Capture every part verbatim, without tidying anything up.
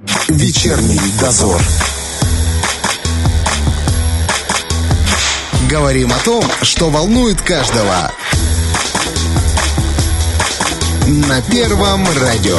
Вечерний дозор. Говорим о том, что волнует каждого. На Первом радио.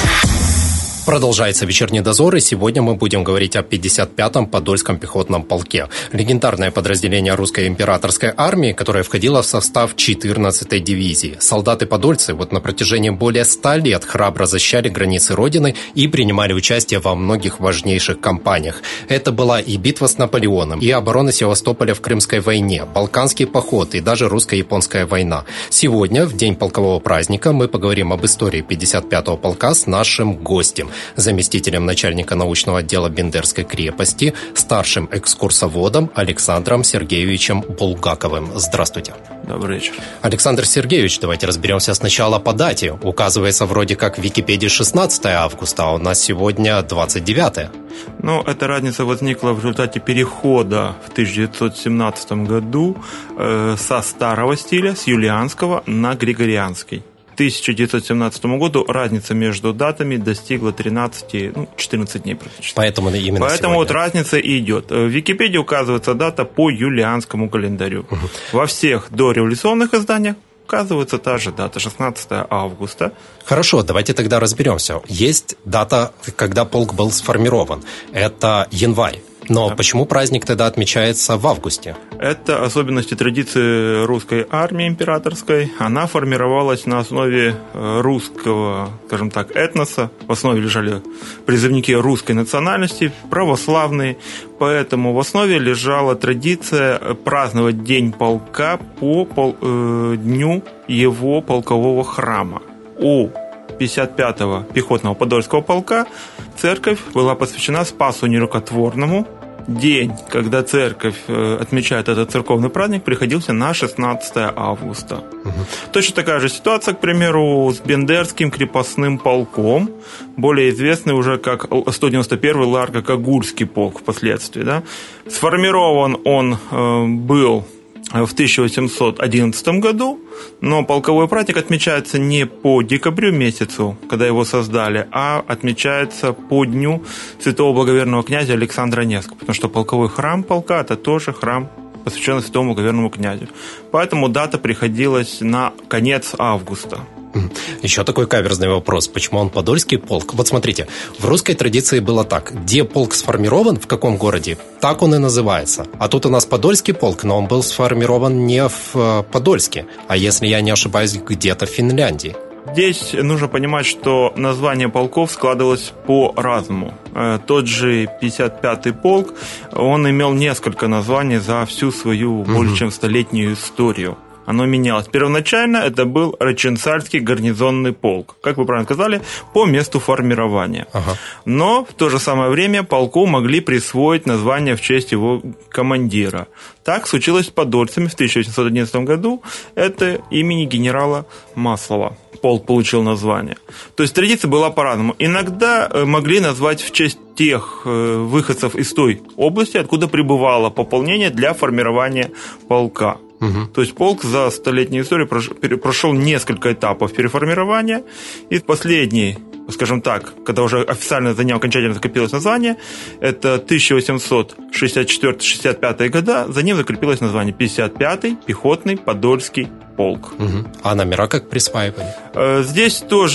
Продолжается вечерний дозор, и сегодня мы будем говорить о пятьдесят пятом Подольском пехотном полке. Легендарное подразделение русской императорской армии, которое входило в состав четырнадцатой дивизии. Солдаты-подольцы вот на протяжении более ста лет храбро защищали границы Родины и принимали участие во многих важнейших кампаниях. Это была и битва с Наполеоном, и оборона Севастополя в Крымской войне, Балканский поход и даже русско-японская война. Сегодня, в день полкового праздника, мы поговорим об истории пятьдесят пятого полка с нашим гостем, заместителем начальника научного отдела Бендерской крепости, старшим экскурсоводом Александром Сергеевичем Булгаковым. Здравствуйте. Добрый вечер. Александр Сергеевич, давайте разберемся сначала по дате. Указывается вроде как в Википедии шестнадцатое августа, а у нас сегодня двадцать девятое. Ну, эта разница возникла в результате перехода в тысяча девятьсот семнадцатом году э, со старого стиля, с юлианского на григорианский. К тысяча девятьсот семнадцатому году разница между датами достигла тринадцати, ну, четырнадцати дней практически. Поэтому именно Поэтому сегодня. Вот разница и идет. В Википедии указывается дата по юлианскому календарю. Угу. Во всех дореволюционных изданиях указывается та же дата, шестнадцатое августа. Хорошо, давайте тогда разберемся. Есть дата, когда полк был сформирован. Это январь. Но да. Почему праздник тогда отмечается в августе? Это особенности традиции русской армии императорской. Она формировалась на основе русского, скажем так, этноса. В основе лежали призывники русской национальности, православные. Поэтому в основе лежала традиция праздновать День полка по пол, э, дню его полкового храма. У пятьдесят пятого пехотного Подольского полка церковь была посвящена Спасу Нерукотворному. День, когда церковь отмечает этот церковный праздник, приходился на шестнадцатое августа. Угу. Точно такая же ситуация, к примеру, с Бендерским крепостным полком, более известный уже как сто девяносто первый Ларго-Кагульский полк впоследствии. Да? Сформирован он э, был в тысяча восемьсот одиннадцатом году, но полковой праздник отмечается не по декабрю месяцу, когда его создали, а отмечается по дню святого благоверного князя Александра Невского, потому что полковой храм полка – это тоже храм, посвященный святому благоверному князю. Поэтому дата приходилась на конец августа. Еще такой каверзный вопрос. Почему он Подольский полк? Вот смотрите, в русской традиции было так. Где полк сформирован, в каком городе, так он и называется. А тут у нас Подольский полк, но он был сформирован не в Подольске, а, если я не ошибаюсь, где-то в Финляндии. Здесь нужно понимать, что название полков складывалось по-разному. Тот же пятьдесят пятый полк, он имел несколько названий за всю свою более чем столетнюю историю. Оно менялось. Первоначально это был Раченцальский гарнизонный полк, как вы правильно сказали, по месту формирования. Ага. Но в то же самое время полку могли присвоить название в честь его командира. Так случилось с подольцами в тысяча восемьсот одиннадцатом году. Это имени генерала Маслова. Полк получил название. То есть традиция была по-разному. Иногда могли назвать в честь тех выходцев из той области, откуда прибывало пополнение для формирования полка. Угу. То есть полк за столетнюю историю прошел несколько этапов переформирования. И последний, скажем так, когда уже официально за ним окончательно закрепилось название, это тысяча восемьсот шестьдесят четвёртый — шестьдесят пятый года, за ним закрепилось название пятьдесят пятый пехотный Подольский полк. Угу. А номера как присваивали? Здесь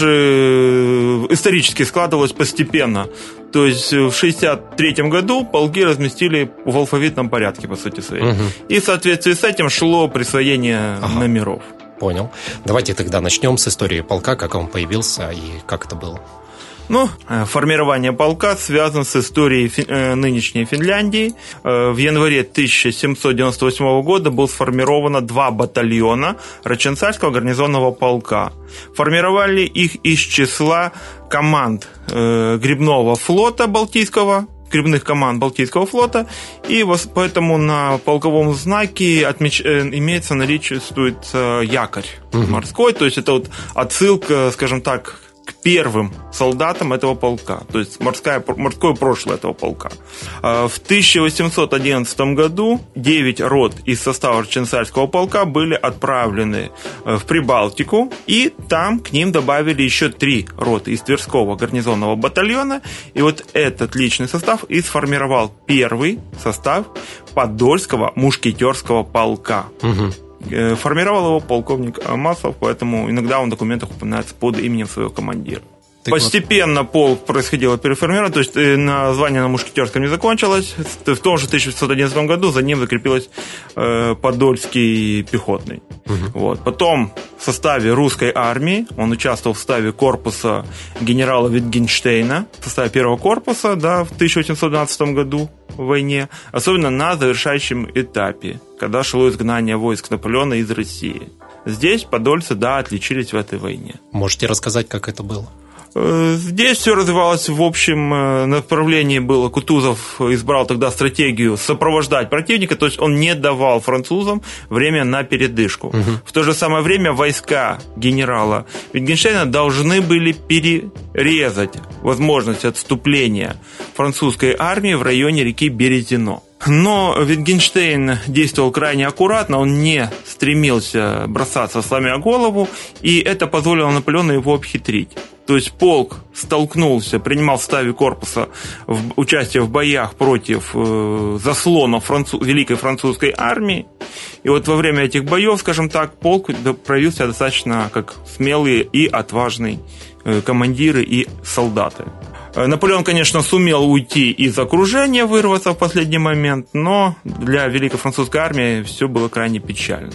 тоже исторически складывалось постепенно. То есть в шестьдесят третьем году полки разместили в алфавитном порядке, по сути своей. Угу. И в соответствии с этим шло присвоение ага. номеров. Понял. Давайте тогда начнем с истории полка, как он появился и как это было. Ну, формирование полка связано с историей фи- нынешней Финляндии. В январе тысяча семьсот девяносто восьмого года было сформировано два батальона Раченцальского гарнизонного полка. Формировали их из числа команд э, гребного флота Балтийского, гребных команд Балтийского флота, и поэтому на полковом знаке отмеч... имеется наличествует якорь угу. морской, то есть это вот отсылка, скажем так, к первым солдатам этого полка, то есть морское, морское прошлое этого полка. В тысяча восемьсот одиннадцатом году девять рот из состава Чансарского полка были отправлены в Прибалтику, и там к ним добавили еще три роты из Тверского гарнизонного батальона, и вот этот личный состав и сформировал первый состав Подольского мушкетерского полка. Угу. Формировал его полковник Маслов, поэтому иногда он в документах упоминается под именем своего командира. Так Постепенно вот. Полк происходило переформирование, то есть название на мушкетерском не закончилось. В том же тысяча восемьсот одиннадцатом году за ним закрепилось э, Подольский пехотный. Угу. Вот. Потом в составе русской армии он участвовал в составе корпуса генерала Витгенштейна, в составе первого корпуса, да, в тысяча восемьсот двенадцатом году в войне, особенно на завершающем этапе, когда шло изгнание войск Наполеона из России. Здесь подольцы, да, отличились в этой войне. Можете рассказать, как это было? Здесь все развивалось в общем направлении было. Кутузов избрал тогда стратегию сопровождать противника, то есть он не давал французам время на передышку. Угу. В то же самое время войска генерала Витгенштейна должны были перерезать возможность отступления французской армии в районе реки Березино. Но Витгенштейн действовал крайне аккуратно, он не стремился бросаться сломя голову, и это позволило Наполеону его обхитрить. То есть полк столкнулся, принимал в составе корпуса в, участие в боях против э, заслонов француз, Великой французской армии. И вот во время этих боев, скажем так, полк проявил себя достаточно как смелые и отважные э, командиры и солдаты. Наполеон, конечно, сумел уйти из окружения, вырваться в последний момент, но для Великой французской армии все было крайне печально.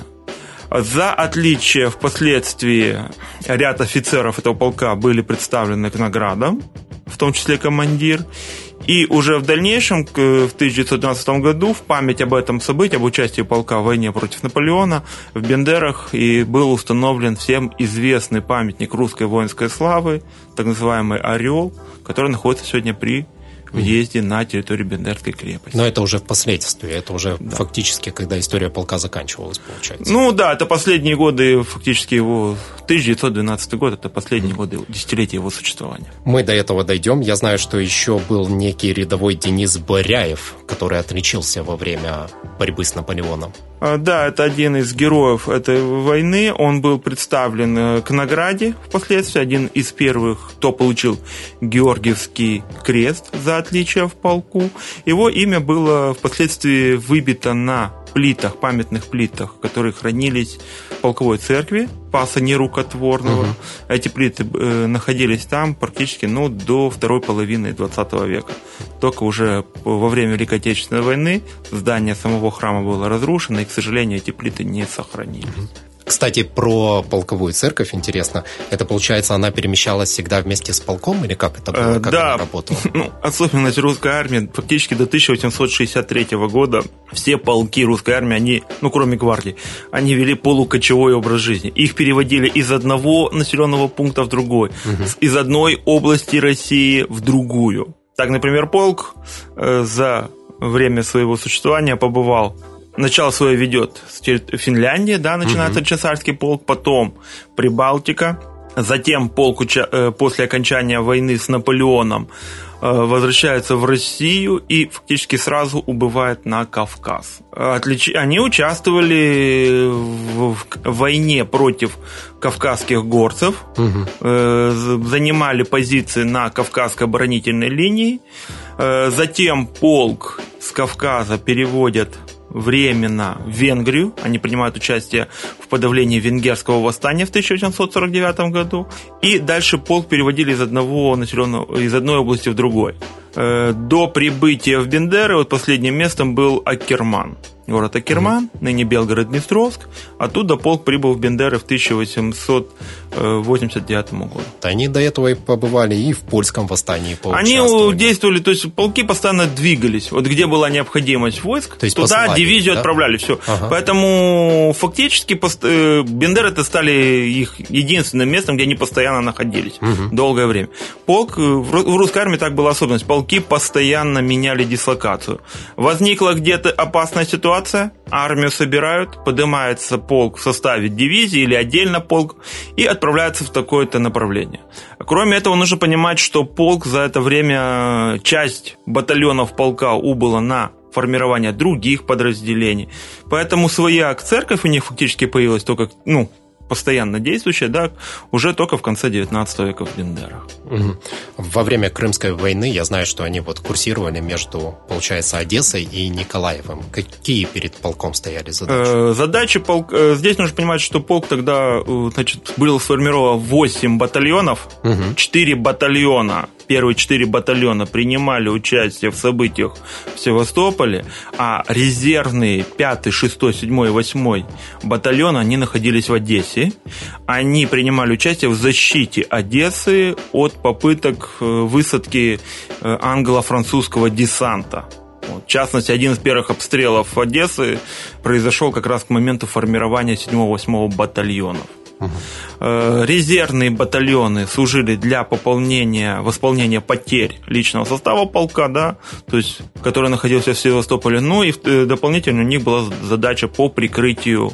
За отличие впоследствии ряд офицеров этого полка были представлены к наградам, в том числе командир. И уже в дальнейшем, в тысяча девятьсот двенадцатом году, в память об этом событии, об участии полка в войне против Наполеона, в Бендерах и был установлен всем известный памятник русской воинской славы, так называемый «Орел», который находится сегодня при въезде на территорию Бендерской крепости. Но это уже впоследствии, это уже да. фактически, когда история полка заканчивалась, получается. Ну да, это последние годы, фактически его, тысяча девятьсот двенадцатый год, это последние mm. годы, десятилетия его существования. Мы до этого дойдем. Я знаю, что еще был некий рядовой Денис Боряев, который отличился во время борьбы с Наполеоном. Да, это один из героев этой войны. Он был представлен к награде впоследствии. Один из первых, кто получил Георгиевский крест за отличие в полку. Его имя было впоследствии выбито на плитах, памятных плитах, которые хранились в полковой церкви Спаса Нерукотворного. Угу. Эти плиты э, находились там практически ну, до второй половины двадцатого века. Только уже во время Великой Отечественной войны здание самого храма было разрушено, и, к сожалению, эти плиты не сохранились. Угу. Кстати, про полковую церковь интересно. Это, получается, она перемещалась всегда вместе с полком, или как это было, как да. она работала? Ну, особенность русской армии, фактически до тысяча восемьсот шестьдесят третьего года все полки русской армии, они, ну, кроме гвардии, они вели полукочевой образ жизни. Их переводили из одного населенного пункта в другой, угу. из одной области России в другую. Так, например, полк э, за время своего существования побывал Начало свое ведет Финляндия, да, начинается угу. Чесарский полк, потом Прибалтика, затем полк после окончания войны с Наполеоном возвращается в Россию и фактически сразу убывает на Кавказ. Они участвовали в войне против кавказских горцев, угу. занимали позиции на Кавказской оборонительной линии, затем полк с Кавказа переводят временно в Венгрию. Они принимают участие в подавлении венгерского восстания в тысяча восемьсот сорок девятом году. И дальше полк переводили из одного населенного, из одной области в другой. До прибытия в Бендеры вот последним местом был Аккерман. Город Аккерман, mm-hmm. ныне Белгород-Днестровск. Оттуда полк прибыл в Бендеры в тысяча восемьсот восемьдесят девятом году. Они до этого и побывали и в польском восстании. Они действовали, то есть полки постоянно двигались. Вот где была необходимость войск, то есть туда посылали, дивизию да? отправляли. Все. Ага. Поэтому фактически Бендеры-то стали их единственным местом, где они постоянно находились угу. долгое время. Полк, в русской армии так была особенность. Полки постоянно меняли дислокацию. Возникла где-то опасная ситуация, армию собирают, поднимается полк в составе дивизии или отдельно полк и отправляется в такое-то направление. Кроме этого, нужно понимать, что полк за это время, часть батальонов полка убыла на формирование других подразделений. Поэтому своя церковь у них фактически появилась только, ну, постоянно действующая, да, уже только в конце девятнадцатого века в Бендерах. Во время Крымской войны я знаю, что они вот курсировали между, получается, Одессой и Николаевым. Какие перед полком стояли задачи? Задачи полк... Здесь нужно понимать, что полк тогда, значит, был сформирован восемь батальонов, угу. четыре батальона, первые четыре батальона принимали участие в событиях в Севастополе, а резервные пятый, шестой, седьмой и восьмой батальоны, они находились в Одессе. Они принимали участие в защите Одессы от попыток высадки англо-французского десанта. В частности, один из первых обстрелов Одессы произошел как раз к моменту формирования седьмого-восьмого батальонов. Uh-huh. Резервные батальоны служили для пополнения, восполнения потерь личного состава полка, да, то есть, который находился в Севастополе. Ну и дополнительно у них была задача по прикрытию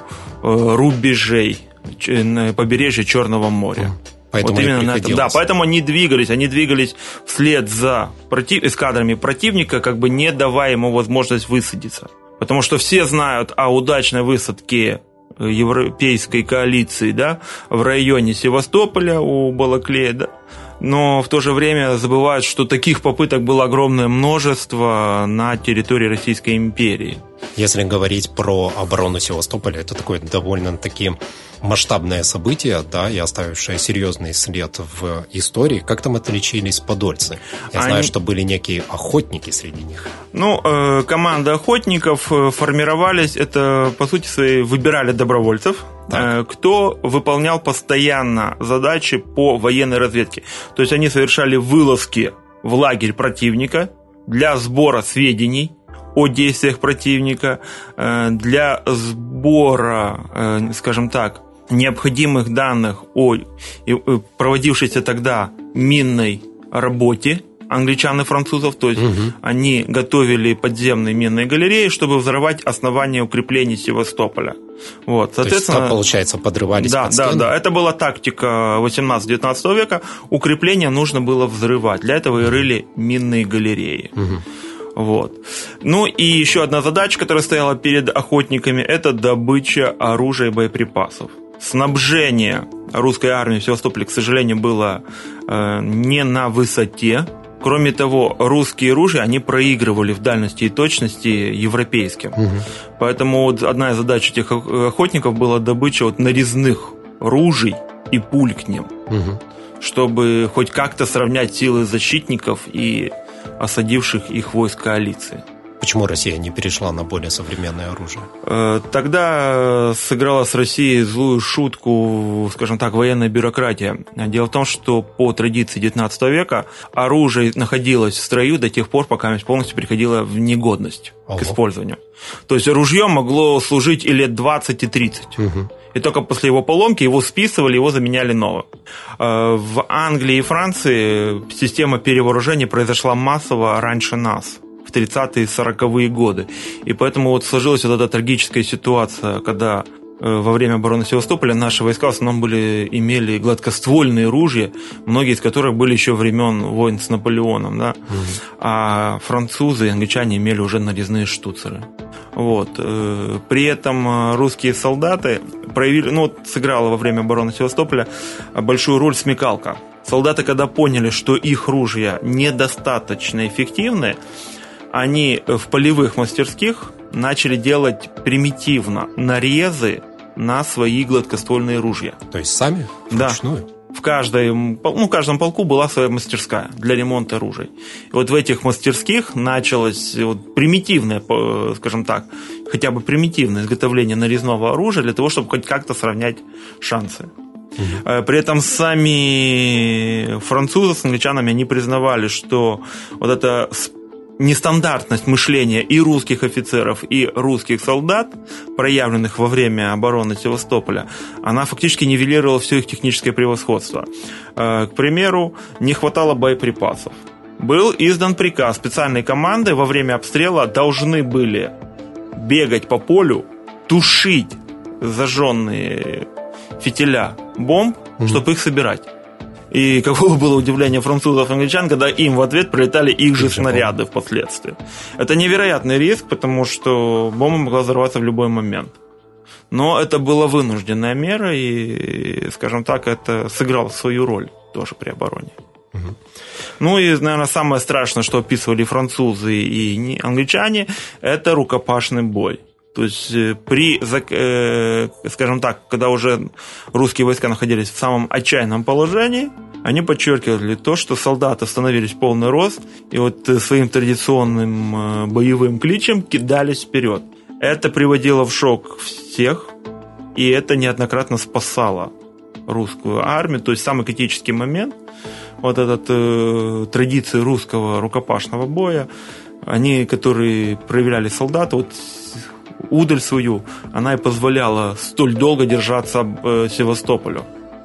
рубежей на побережье Черного моря. Поэтому вот именно на этом. Да, поэтому они двигались, они двигались вслед за против... эскадрами противника, как бы не давая ему возможность высадиться. Потому что все знают о удачной высадке европейской коалиции, да, в районе Севастополя у Балаклея, да, но в то же время забывают, что таких попыток было огромное множество на территории Российской империи. Если говорить про оборону Севастополя, это такое довольно-таки масштабное событие, да, и оставившее серьезный след в истории. Как там отличились подольцы? Я Они... знаю, что были некие охотники среди них. Ну, э, команда охотников формировались, это, по сути своей, выбирали добровольцев, э, кто выполнял постоянно задачи по военной разведке. То есть они совершали вылазки в лагерь противника для сбора сведений о действиях противника, э, для сбора, э, скажем так, необходимых данных о проводившейся тогда минной работе англичан и французов, то есть угу. они готовили подземные минные галереи, чтобы взорвать основания укреплений Севастополя. Вот, соответственно, то есть, получается, подрывались да, под стены? Да, да, это была тактика восемнадцатого-девятнадцатого века. Укрепления нужно было взрывать. Для этого и рыли минные галереи. Угу. Вот. Ну и еще одна задача, которая стояла перед охотниками, это добыча оружия и боеприпасов. Снабжение русской армии в Севастополе, к сожалению, было э, не на высоте. Кроме того, русские ружья, они проигрывали в дальности и точности европейским. Угу. Поэтому вот одна из задач этих охотников была добыча вот нарезных ружей и пуль к ним, угу. чтобы хоть как-то сравнять силы защитников и осадивших их войск коалиции. Почему Россия не перешла на более современное оружие? Тогда сыграла с Россией злую шутку, скажем так, военная бюрократия. Дело в том, что по традиции девятнадцатого века оружие находилось в строю до тех пор, пока полностью приходило в негодность Ого. к использованию. То есть ружье могло служить и лет двадцать, и тридцать. Угу. И только после его поломки его списывали, его заменяли новым. В Англии и Франции система перевооружения произошла массово раньше нас, в тридцатые и сороковые годы. И поэтому вот сложилась вот эта трагическая ситуация, когда во время обороны Севастополя наши войска в основном были, имели гладкоствольные ружья, многие из которых были еще времен войн с Наполеоном, да? Mm-hmm. А французы и англичане имели уже нарезные штуцеры. Вот. При этом русские солдаты проявили, ну, сыграла во время обороны Севастополя большую роль смекалка. Солдаты, когда поняли, что их ружья недостаточно эффективны, они в полевых мастерских начали делать примитивно нарезы на свои гладкоствольные ружья. То есть сами? Да. Вручную? В, каждой, ну, в каждом полку была своя мастерская для ремонта ружей. И вот в этих мастерских началось вот примитивное, скажем так, хотя бы примитивное изготовление нарезного оружия для того, чтобы хоть как-то сравнять шансы. Угу. При этом сами французы с англичанами, они признавали, что вот это нестандартность мышления и русских офицеров, и русских солдат, проявленных во время обороны Севастополя, она фактически нивелировала все их техническое превосходство. К примеру, не хватало боеприпасов. Был издан приказ, специальные команды во время обстрела должны были бегать по полю, тушить зажженные фитиля бомб, mm-hmm. чтобы их собирать. И каково было удивление французов и англичан, когда им в ответ прилетали их же снаряды впоследствии. Это невероятный риск, потому что бомба могла взорваться в любой момент. Но это была вынужденная мера, и, скажем так, это сыграло свою роль тоже при обороне. Угу. Ну и, наверное, самое страшное, что описывали французы и англичане, это рукопашный бой. То есть при, скажем так, когда уже русские войска находились в самом отчаянном положении, они подчеркивали то, что солдаты становились в полный рост и вот своим традиционным боевым кличем кидались вперед. Это приводило в шок всех, и это неоднократно спасало русскую армию. То есть самый критический момент, вот этот э, традиции русского рукопашного боя, они, которые проявляли солдаты, вот удаль свою, она и позволяла столь долго держаться э, Севастополю.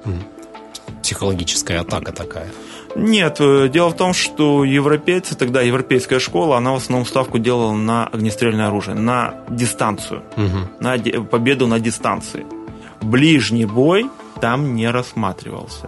Психологическая атака такая. Нет, дело в том, что европейцы, тогда европейская школа, она в основном ставку делала на огнестрельное оружие, на дистанцию, угу. на победу на дистанции. Ближний бой там не рассматривался.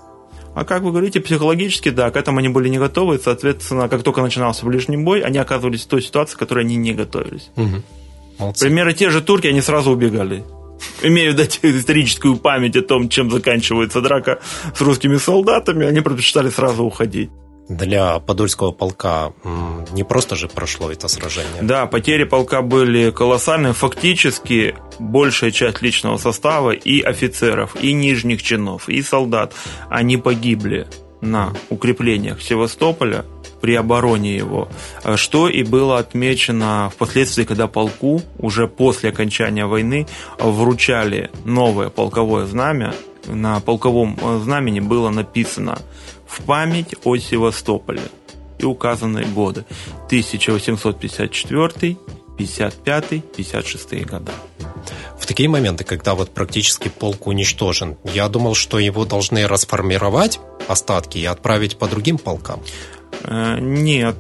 А как вы говорите, психологически, да, к этому они были не готовы, и, соответственно, как только начинался ближний бой, они оказывались в той ситуации, в которой они не готовились. Угу. Примеры те же турки, они сразу убегали. Имея историческую память о том, чем заканчивается драка с русскими солдатами, они предпочитали сразу уходить. Для Подольского полка не просто же прошло это сражение. Да, потери полка были колоссальные. Фактически большая часть личного состава и офицеров, и нижних чинов, и солдат, они погибли на укреплениях Севастополя при обороне его, что и было отмечено впоследствии, когда полку уже после окончания войны вручали новое полковое знамя. На полковом знамени было написано «В память о Севастополе» и указаны годы тысяча восемьсот пятьдесят четвёртый, пятьдесят пятый, пятьдесят шестый года. В такие моменты, когда вот практически полк уничтожен, я думал, что его должны расформировать остатки и отправить по другим полкам. Нет,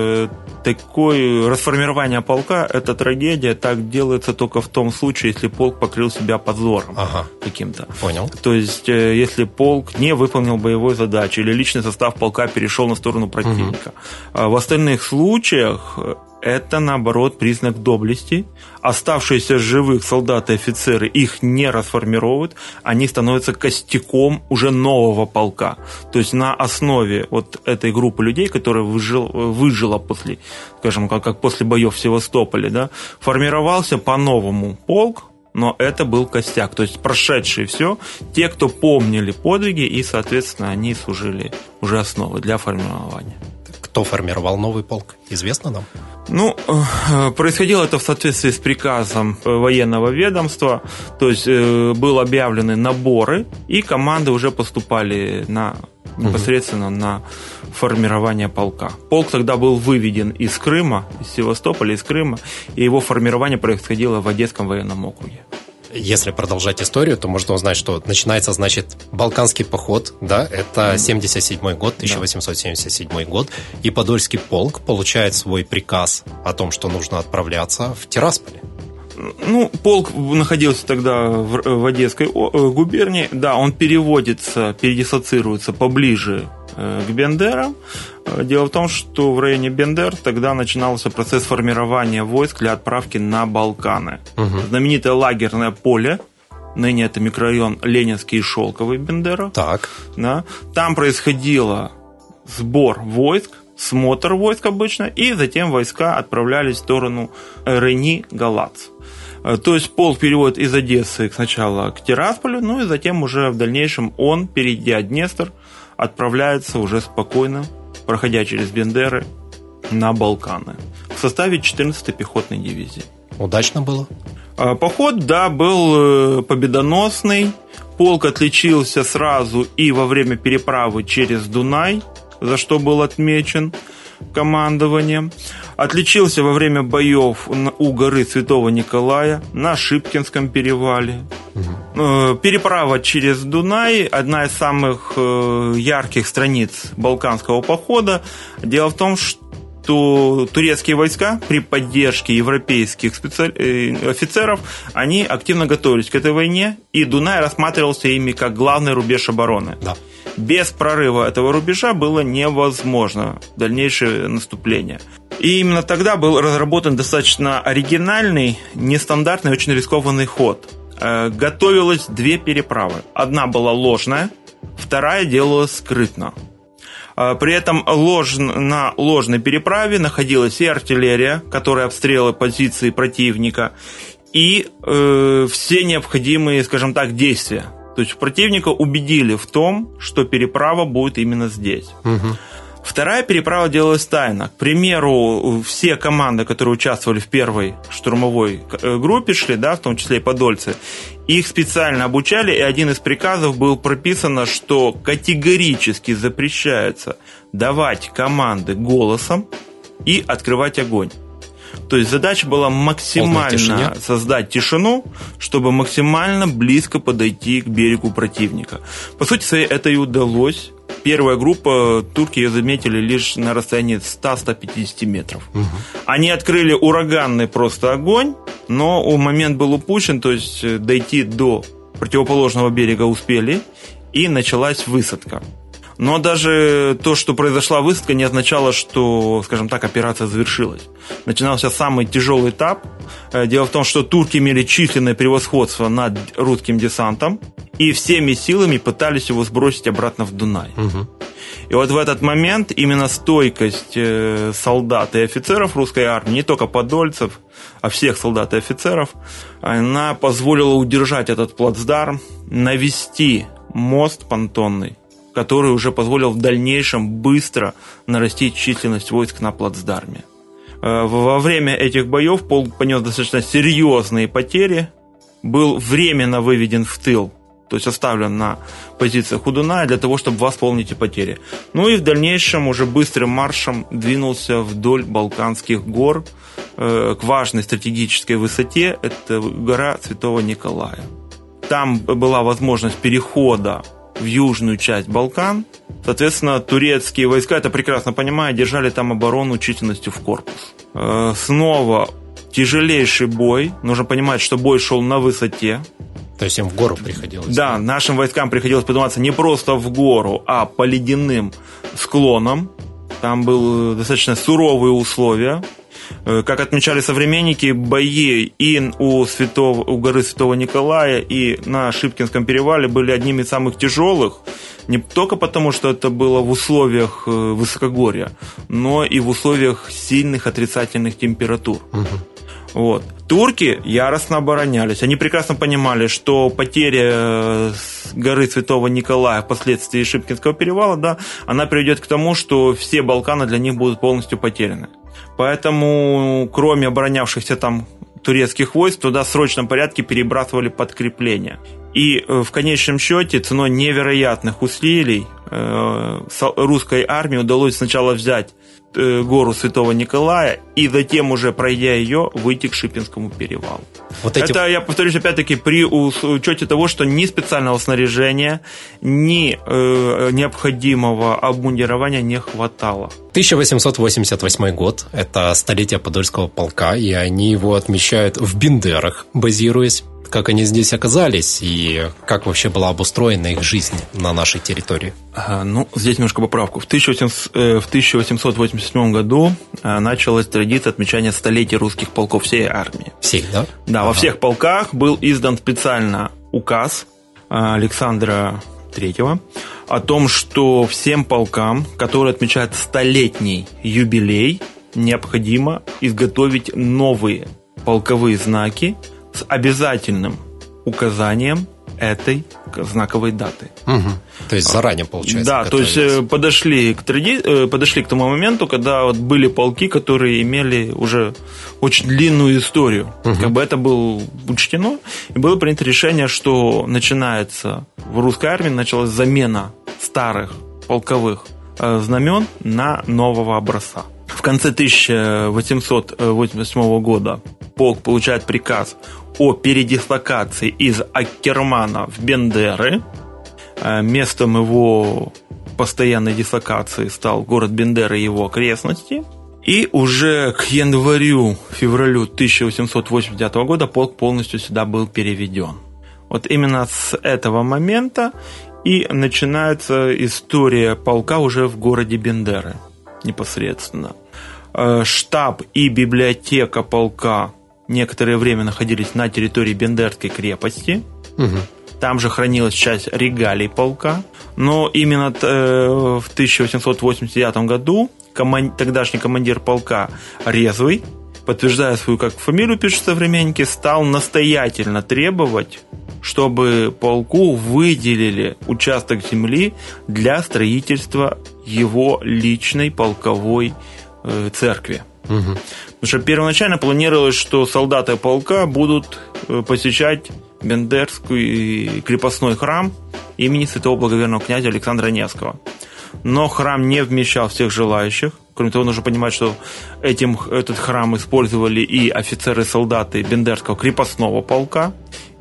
такое расформирование полка – это трагедия. Так делается только в том случае, если полк покрыл себя позором ага. каким-то. Понял. То есть, если полк не выполнил боевой задачи или личный состав полка перешел на сторону противника. Угу. В остальных случаях это, наоборот, признак доблести. Оставшиеся живых солдаты и офицеры их не расформируют, они становятся костяком уже нового полка. То есть на основе вот этой группы людей, которая выжил, выжила после, скажем, как, как после боев в Севастополе, да, формировался по-новому полк, но это был костяк. То есть прошедшие все, те, кто помнили подвиги, и, соответственно, они служили уже основой для формирования. Кто формировал новый полк? Известно нам? Ну, происходило это в соответствии с приказом военного ведомства, то есть были объявлены наборы, и команды уже поступали на, непосредственно угу. на формирование полка. Полк тогда был выведен из Крыма, из Севастополя, из Крыма, и его формирование происходило в Одесском военном округе. Если продолжать историю, то можно узнать, что начинается, значит, Балканский поход, да, это семьдесят седьмой год, тысяча восемьсот семьдесят седьмой год, и Подольский полк получает свой приказ о том, что нужно отправляться в Тирасполь. Ну, полк находился тогда в, в Одесской губернии, да, он переводится, передислоцируется поближе к Бендерам. Дело в том, что в районе Бендер тогда начинался процесс формирования войск для отправки на Балканы. Угу. Знаменитое лагерное поле, ныне это микрорайон Ленинский и Шелковый Бендера. Так. Да, там происходил сбор войск, смотр войск обычно, и затем войска отправлялись в сторону Рени-Галац. То есть полк переводит из Одессы сначала к Тирасполю, ну и затем уже в дальнейшем он, перейдя Днестр, отправляется уже спокойно, проходя через Бендеры, на Балканы в составе четырнадцатой пехотной дивизии. Удачно было? Поход, да, был победоносный. Полк отличился сразу и во время переправы через Дунай, за что был отмечен командованием. Отличился во время боев у горы Святого Николая на Шипкинском перевале. Угу. Переправа через Дунай – одна из самых ярких страниц Балканского похода. Дело в том, что турецкие войска при поддержке европейских специ... офицеров, они активно готовились к этой войне, и Дунай рассматривался ими как главный рубеж обороны. Да. без прорыва этого рубежа было невозможно дальнейшее наступление. И именно тогда был разработан достаточно оригинальный, нестандартный, очень рискованный ход. Готовилось две переправы. Одна была ложная, вторая делалась скрытно. При этом лож... на ложной переправе находилась и артиллерия, которая обстреливала позиции противника, и э, все необходимые, скажем так, действия. То есть противника убедили в том, что переправа будет именно здесь. Угу. Вторая переправа делалась тайно. К примеру, все команды, которые участвовали в первой штурмовой группе, шли, да, в том числе и подольцы, их специально обучали, и один из приказов был прописано, что категорически запрещается давать команды голосом и открывать огонь. То есть задача была максимально создать тишину, чтобы максимально близко подойти к берегу противника. По сути своей это и удалось. Первая группа, турки ее заметили лишь на расстоянии сто - сто пятьдесят метров. Угу. Они открыли ураганный просто огонь, но момент был упущен, то есть дойти до противоположного берега успели, и началась высадка. Но даже то, что произошла высадка, не означало, что, скажем так, операция завершилась. Начинался самый тяжелый этап. Дело в том, что турки имели численное превосходство над русским десантом и всеми силами пытались его сбросить обратно в Дунай. Угу. И вот в этот момент именно стойкость солдат и офицеров русской армии, не только подольцев, а всех солдат и офицеров, она позволила удержать этот плацдарм, навести мост понтонный, который уже позволил в дальнейшем быстро нарастить численность войск на плацдарме. Во время этих боев полк понес достаточно серьезные потери, был временно выведен в тыл, то есть оставлен на позициях у Дуная для того, чтобы восполнить эти потери. Ну и в дальнейшем уже быстрым маршем двинулся вдоль Балканских гор к важной стратегической высоте, это гора Святого Николая. Там была возможность перехода в южную часть Балкан. Соответственно, турецкие войска, это прекрасно понимая, держали там оборону численностью в корпус. Снова тяжелейший бой. Нужно понимать, что бой шел на высоте. То есть им в гору приходилось? Да, нашим войскам приходилось подниматься не просто в гору, а по ледяным склонам. Там были достаточно суровые условия. Как отмечали современники, бои и у, святого, у горы Святого Николая, и на Шипкинском перевале были одними из самых тяжелых, не только потому, что это было в условиях высокогорья, но и в условиях сильных отрицательных температур. Угу. Вот. Турки яростно оборонялись. Они прекрасно понимали, что потеря горы Святого Николая впоследствии Шипкинского перевала, да, она приведет к тому, что все Балканы для них будут полностью потеряны. Поэтому, кроме оборонявшихся там турецких войск, туда в срочном порядке перебрасывали подкрепления. И в конечном счете, ценой невероятных усилий русской армии удалось сначала взять гору Святого Николая и затем, уже пройдя ее, выйти к Шипкинскому перевалу. Вот эти... Это, я повторюсь, опять-таки, при учете того, что ни специального снаряжения, ни э, необходимого обмундирования не хватало. тысяча восемьсот восемьдесят восьмой год – это столетие Подольского полка, и они его отмечают в Бендерах, базируясь. Как они здесь оказались и как вообще была обустроена их жизнь на нашей территории? А, ну, здесь немножко поправку. В тысяча восемьсот восемьдесят седьмом году началась традиция отмечания столетия русских полков всей армии. Всей, да? Да, ага. Во всех полках был издан специально указ Александра Третьего о том, что всем полкам, которые отмечают столетний юбилей, необходимо изготовить новые полковые знаки с обязательным указанием этой знаковой даты. Угу. То есть заранее, получается. Да, то есть подошли к, тради... подошли к тому моменту, когда вот были полки, которые имели уже очень длинную историю. Угу. Как бы это было учтено, и было принято решение, что начинается в русской армии, началась замена старых полковых знамен на нового образца. В конце тысяча восемьсот восемьдесят восьмого года полк получает приказ о передислокации из Аккермана в Бендеры. Местом его постоянной дислокации стал город Бендеры и его окрестности. И уже к январю-февралю тысяча восемьсот восемьдесят девятого года полк полностью сюда был переведен. Вот именно с этого момента И начинается история полка уже в городе Бендеры непосредственно. Штаб и библиотека полка некоторое время находились на территории Бендерской крепости. Угу. Там же хранилась часть регалий полка. Но именно в тысяча восемьсот восемьдесят девятом году команд... тогдашний командир полка Резвый, подтверждая свою, как фамилию пишут современники, стал настоятельно требовать, чтобы полку выделили участок земли для строительства его личной полковой э, церкви. Угу. Потому что первоначально планировалось, что солдаты полка будут э, посещать Бендерский крепостной храм имени святого благоверного князя Александра Невского. Но храм не вмещал всех желающих. Кроме того, нужно понимать, что этим, этот храм использовали и офицеры и солдаты Бендерского крепостного полка.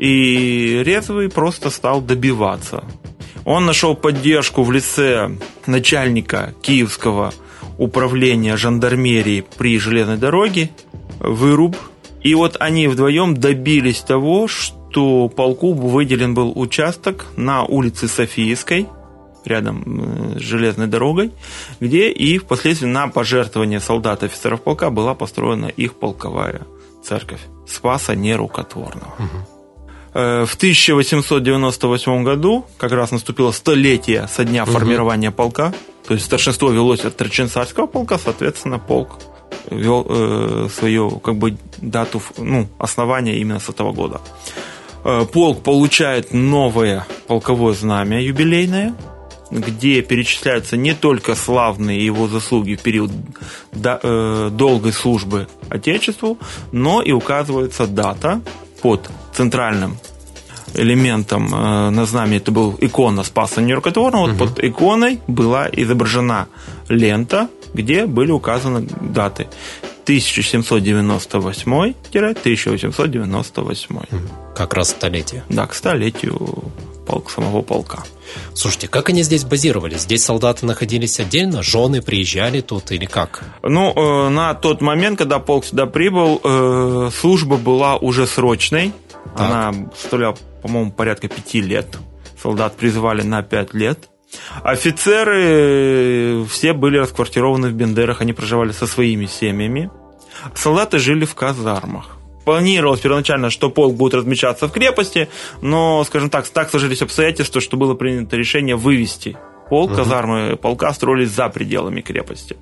И Резвый просто стал добиваться. Он нашел поддержку в лице начальника Киевского управления жандармерии при железной дороге Выруб. И вот они вдвоем добились того, что полку выделен был участок на улице Софийской, рядом с железной дорогой, где и впоследствии на пожертвование солдат и офицеров полка была построена их полковая церковь Спаса Нерукотворного. Угу. В тысяча восемьсот девяносто восьмом году как раз наступило столетие со дня угу. формирования полка, то есть старшинство велось от Троецарского полка, соответственно, полк вел э, свою как бы дату, ну, основания именно с этого года. Э, полк получает новое полковое знамя юбилейное, где перечисляются не только славные его заслуги в период до, э, долгой службы Отечеству, но и указывается дата под центральным элементом э, на знамя. Это была икона Спаса Нерукотворного. Угу. Вот под иконой была изображена лента, где были указаны даты тысяча семьсот девяносто восьмой - тысяча восемьсот девяносто восьмой. Как раз столетие. Да, к столетию полк, самого полка. Слушайте, как они здесь базировались? Здесь солдаты находились отдельно? Жены приезжали тут или как? Ну, э, на тот момент, когда полк сюда прибыл, э, служба была уже срочной. Так. Она составляла, по-моему, порядка пяти лет. Солдат призывали на пять лет. Офицеры все были расквартированы в Бендерах, они проживали со своими семьями. Солдаты жили в казармах. Планировалось первоначально, что полк будет размещаться в крепости, но, скажем так, так сложились обстоятельства, что было принято решение вывести полк. Угу. Казармы полка строились за пределами крепости.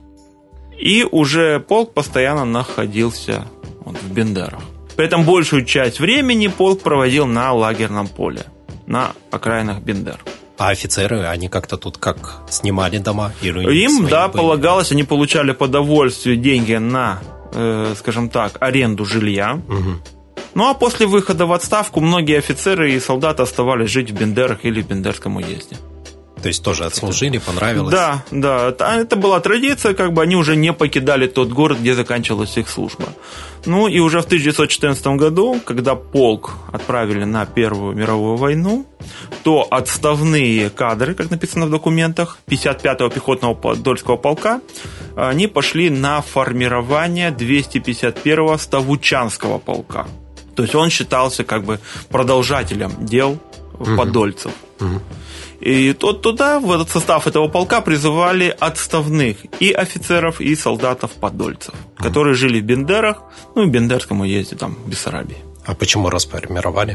И уже полк постоянно находился вот, в Бендерах. При этом большую часть времени полк проводил на лагерном поле, на окраинах Бендер. А офицеры, они как-то тут как снимали дома? Или им, да, были? Полагалось, они получали по довольствию деньги на, э, скажем так, аренду жилья. Угу. Ну, а после выхода в отставку многие офицеры и солдаты оставались жить в Бендерах или в Бендерском уезде. То есть тоже отслужили, понравилось? Да, да, это была традиция, как бы они уже не покидали тот город, где заканчивалась их служба. Ну и уже в тысяча девятьсот четырнадцатом году, когда полк отправили на Первую мировую войну, то отставные кадры, как написано в документах, пятьдесят пятого пехотного подольского полка, они пошли на формирование двести пятьдесят первого Ставучанского полка. То есть он считался как бы продолжателем дел угу. подольцев. Угу. И тот туда, в этот состав этого полка призывали отставных и офицеров, и солдатов-подольцев, mm. которые жили в Бендерах, ну и в Бендерском уезде, там, в Бессарабии. А почему расформировали?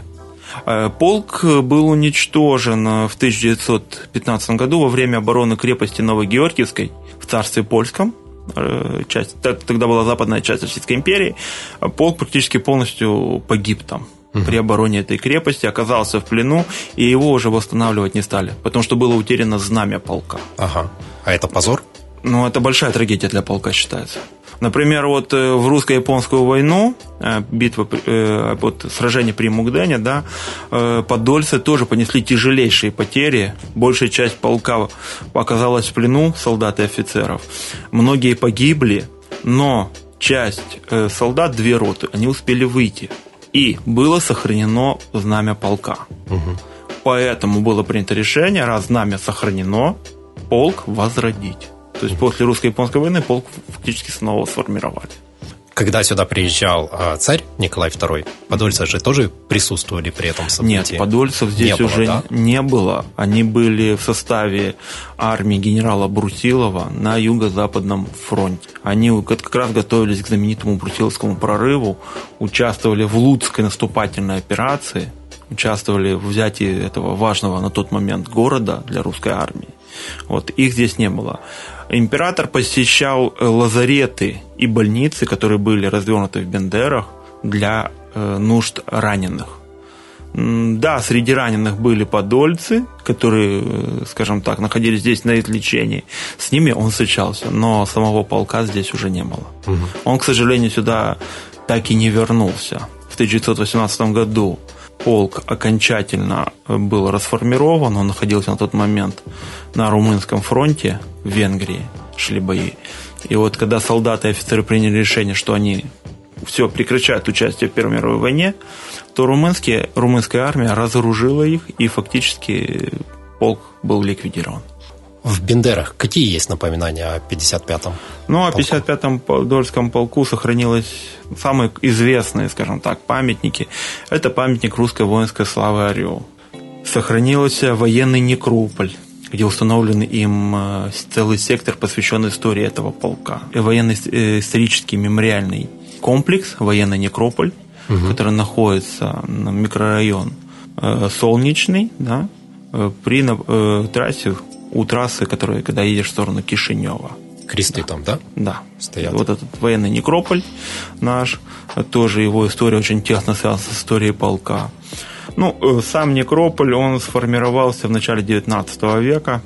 Полк был уничтожен в тысяча девятьсот пятнадцатом году во время обороны крепости Новогеоргиевской в царстве Польском. Часть, тогда была западная часть Российской империи. Полк практически полностью погиб там. При обороне этой крепости, оказался в плену, и его уже восстанавливать не стали, потому что было утеряно знамя полка. Ага. А это позор? Ну, это большая трагедия для полка считается. Например, вот в русско-японскую войну, битва, вот сражение при Мугдене, да, подольцы тоже понесли тяжелейшие потери. Большая часть полка оказалась в плену, солдат и офицеров. Многие погибли, но часть солдат, две роты, они успели выйти. И было сохранено знамя полка. Угу. Поэтому было принято решение, раз знамя сохранено, полк возродить. То есть после русско-японской войны полк фактически снова сформировали. Когда сюда приезжал э, царь Николай второй, подольцы же тоже присутствовали при этом событии? Нет, подольцев здесь не уже было, да? не было. Они были в составе армии генерала Брусилова на Юго-Западном фронте. Они как раз готовились к знаменитому Брусиловскому прорыву, участвовали в Луцкой наступательной операции, участвовали в взятии этого важного на тот момент города для русской армии. Вот, их здесь не было. Император посещал лазареты и больницы, которые были развернуты в Бендерах для э, нужд раненых. Да, среди раненых были подольцы, которые, скажем так, находились здесь на излечении. С ними он встречался, но самого полка здесь уже не было. Угу. Он, к сожалению, сюда так и не вернулся. В тысяча девятьсот восемнадцатом году полк окончательно был расформирован, он находился на тот момент на Румынском фронте в Венгрии, шли бои. И вот когда солдаты и офицеры приняли решение, что они все прекращают участие в Первой мировой войне, то румынские, румынская армия разоружила их, и фактически полк был ликвидирован. В Бендерах какие есть напоминания о пятьдесят пятом? Ну, о пятьдесят пятом Подольском полку сохранилось самые известные, скажем так, памятники. Это памятник русской воинской славы «Орел». Сохранился военный некрополь, где установлен им целый сектор, посвященный истории этого полка. Военно-исторический мемориальный комплекс, военный некрополь, угу. который находится на микрорайон Солнечный, да, при трассе, у трассы, которая, когда едешь в сторону Кишинева. Кресты да. там, да? Да. Стоят. Вот этот военный некрополь наш, тоже его история очень тесно связана с историей полка. Ну, сам некрополь, он сформировался в начале девятнадцатого века.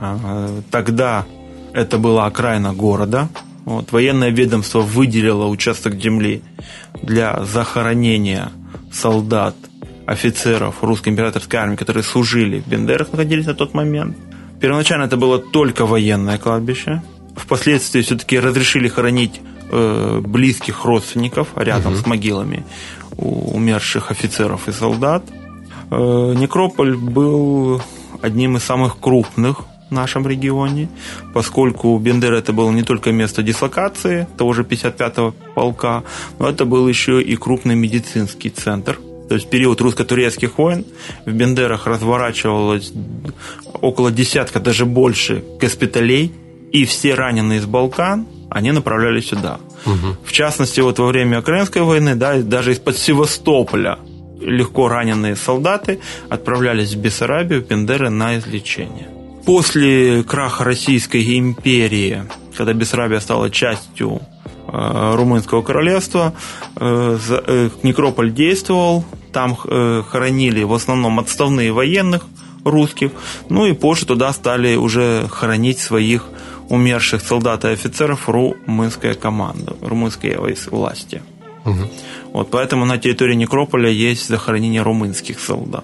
Тогда это была окраина города. Вот. Военное ведомство выделило участок земли для захоронения солдат, офицеров русской императорской армии, которые служили в Бендерах, находились на тот момент. Первоначально это было только военное кладбище. Впоследствии все-таки разрешили хоронить э, близких родственников рядом угу. с могилами умерших офицеров и солдат. Э, некрополь был одним из самых крупных в нашем регионе, поскольку Бендеры это было не только место дислокации того же пятьдесят пятого полка, но это был еще и крупный медицинский центр. То есть в период русско-турецких войн в Бендерах разворачивалось около десятка, даже больше, госпиталей, и все раненые из Балкан, они направлялись сюда. Угу. В частности, вот во время Украинской войны, да, даже из-под Севастополя легко раненые солдаты отправлялись в Бессарабию, в Бендеры на излечение. После краха Российской империи, когда Бессарабия стала частью э, Румынского королевства, э, э, некрополь действовал, там э, хоронили в основном отставные военных русских, ну и позже туда стали уже хоронить своих умерших солдат и офицеров румынская команда, румынские власти. Угу. Вот, поэтому на территории некрополя есть захоронение румынских солдат.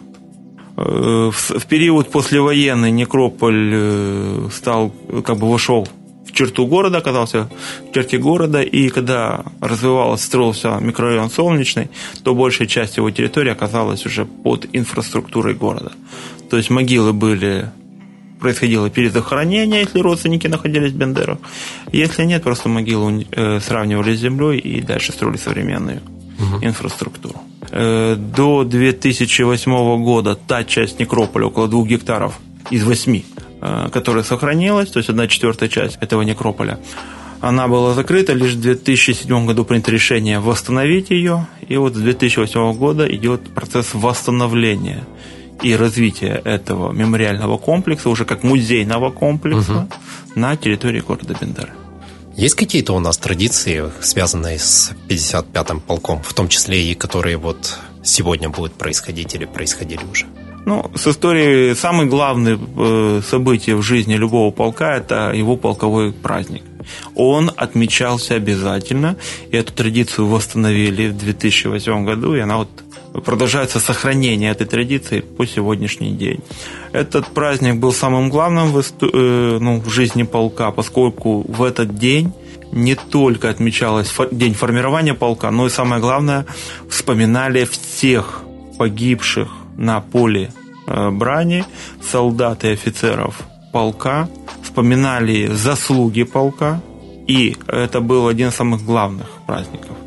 В, в период послевоенный некрополь стал, как бы вошел в черту города, оказался в черте города, и когда развивался, строился микрорайон Солнечный, то большая часть его территории оказалась уже под инфраструктурой города. То есть могилы были, происходило перезахоронение, если родственники находились в Бендерах. Если нет, просто могилы э, сравнивали с землей и дальше строили современную угу. инфраструктуру. Э, до две тысячи восьмого года та часть некрополя, около двух гектаров из восьми, э, которая сохранилась, то есть одна четвертая часть этого некрополя, она была закрыта, лишь в две тысячи седьмом году принято решение восстановить ее, и вот с две тысячи восьмого года идет процесс восстановления и развития этого мемориального комплекса, уже как музейного комплекса угу. на территории города Бендеры. Есть какие-то у нас традиции, связанные с пятьдесят пятым полком, в том числе и которые вот сегодня будут происходить или происходили уже? Ну, с историей самое главное э, событие в жизни любого полка – это его полковой праздник. Он отмечался обязательно, и эту традицию восстановили в две тысячи восьмом году, и она вот продолжается сохранение этой традиции по сегодняшний день. Этот праздник был самым главным в, э, ну, в жизни полка, поскольку в этот день не только отмечалось день формирования полка, но и самое главное, вспоминали всех погибших на поле э, брани солдат и офицеров полка, вспоминали заслуги полка, и это был один из самых главных праздников.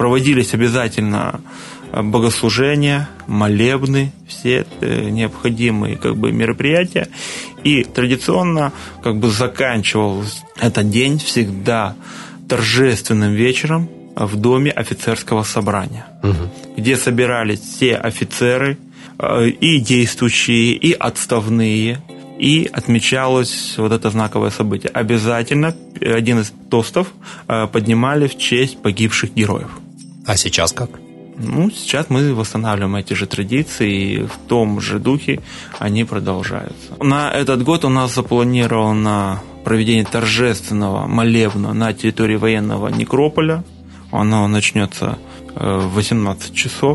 проводились обязательно богослужения, молебны, все необходимые как бы мероприятия. И традиционно как бы заканчивал этот день всегда торжественным вечером в доме офицерского собрания, угу. где собирались все офицеры, и действующие, и отставные, и отмечалось вот это знаковое событие. Обязательно один из тостов поднимали в честь погибших героев. А сейчас как? Ну, сейчас мы восстанавливаем эти же традиции, и в том же духе они продолжаются. На этот год у нас запланировано проведение торжественного молебна на территории военного некрополя. Оно начнется в восемнадцать часов.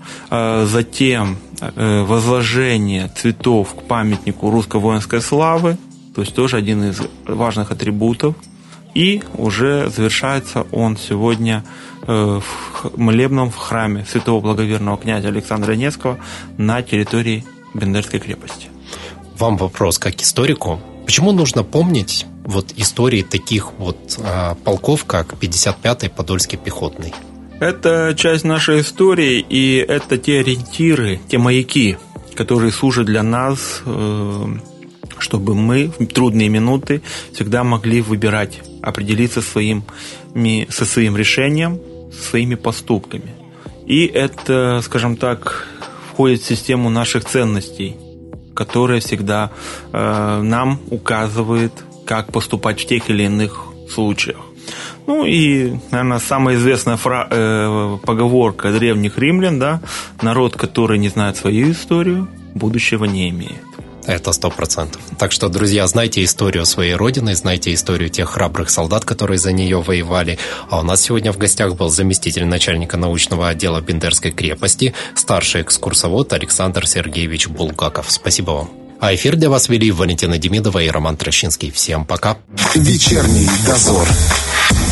Затем возложение цветов к памятнику русской воинской славы, то есть тоже один из важных атрибутов. И уже завершается он сегодня в молебном в храме святого благоверного князя Александра Невского на территории Бендерской крепости. Вам вопрос как историку. Почему нужно помнить вот истории таких вот а, полков, как пятьдесят пятый Подольский пехотный? Это часть нашей истории, и это те ориентиры, те маяки, которые служат для нас, чтобы мы в трудные минуты всегда могли выбирать, определиться своим, со своим решением, со своими поступками. И это, скажем так, входит в систему наших ценностей, которая всегда нам указывает, как поступать в тех или иных случаях. Ну и, наверное, самая известная фра- э, поговорка древних римлян, да, народ, который не знает свою историю, будущего не имеет. Это сто процентов. Так что, друзья, знайте историю своей родины, знайте историю тех храбрых солдат, которые за нее воевали. А у нас сегодня в гостях был заместитель начальника научного отдела Бендерской крепости, старший экскурсовод Александр Сергеевич Булгаков. Спасибо вам. А эфир для вас вели Валентина Демидова и Роман Трощинский. Всем пока. Вечерний дозор.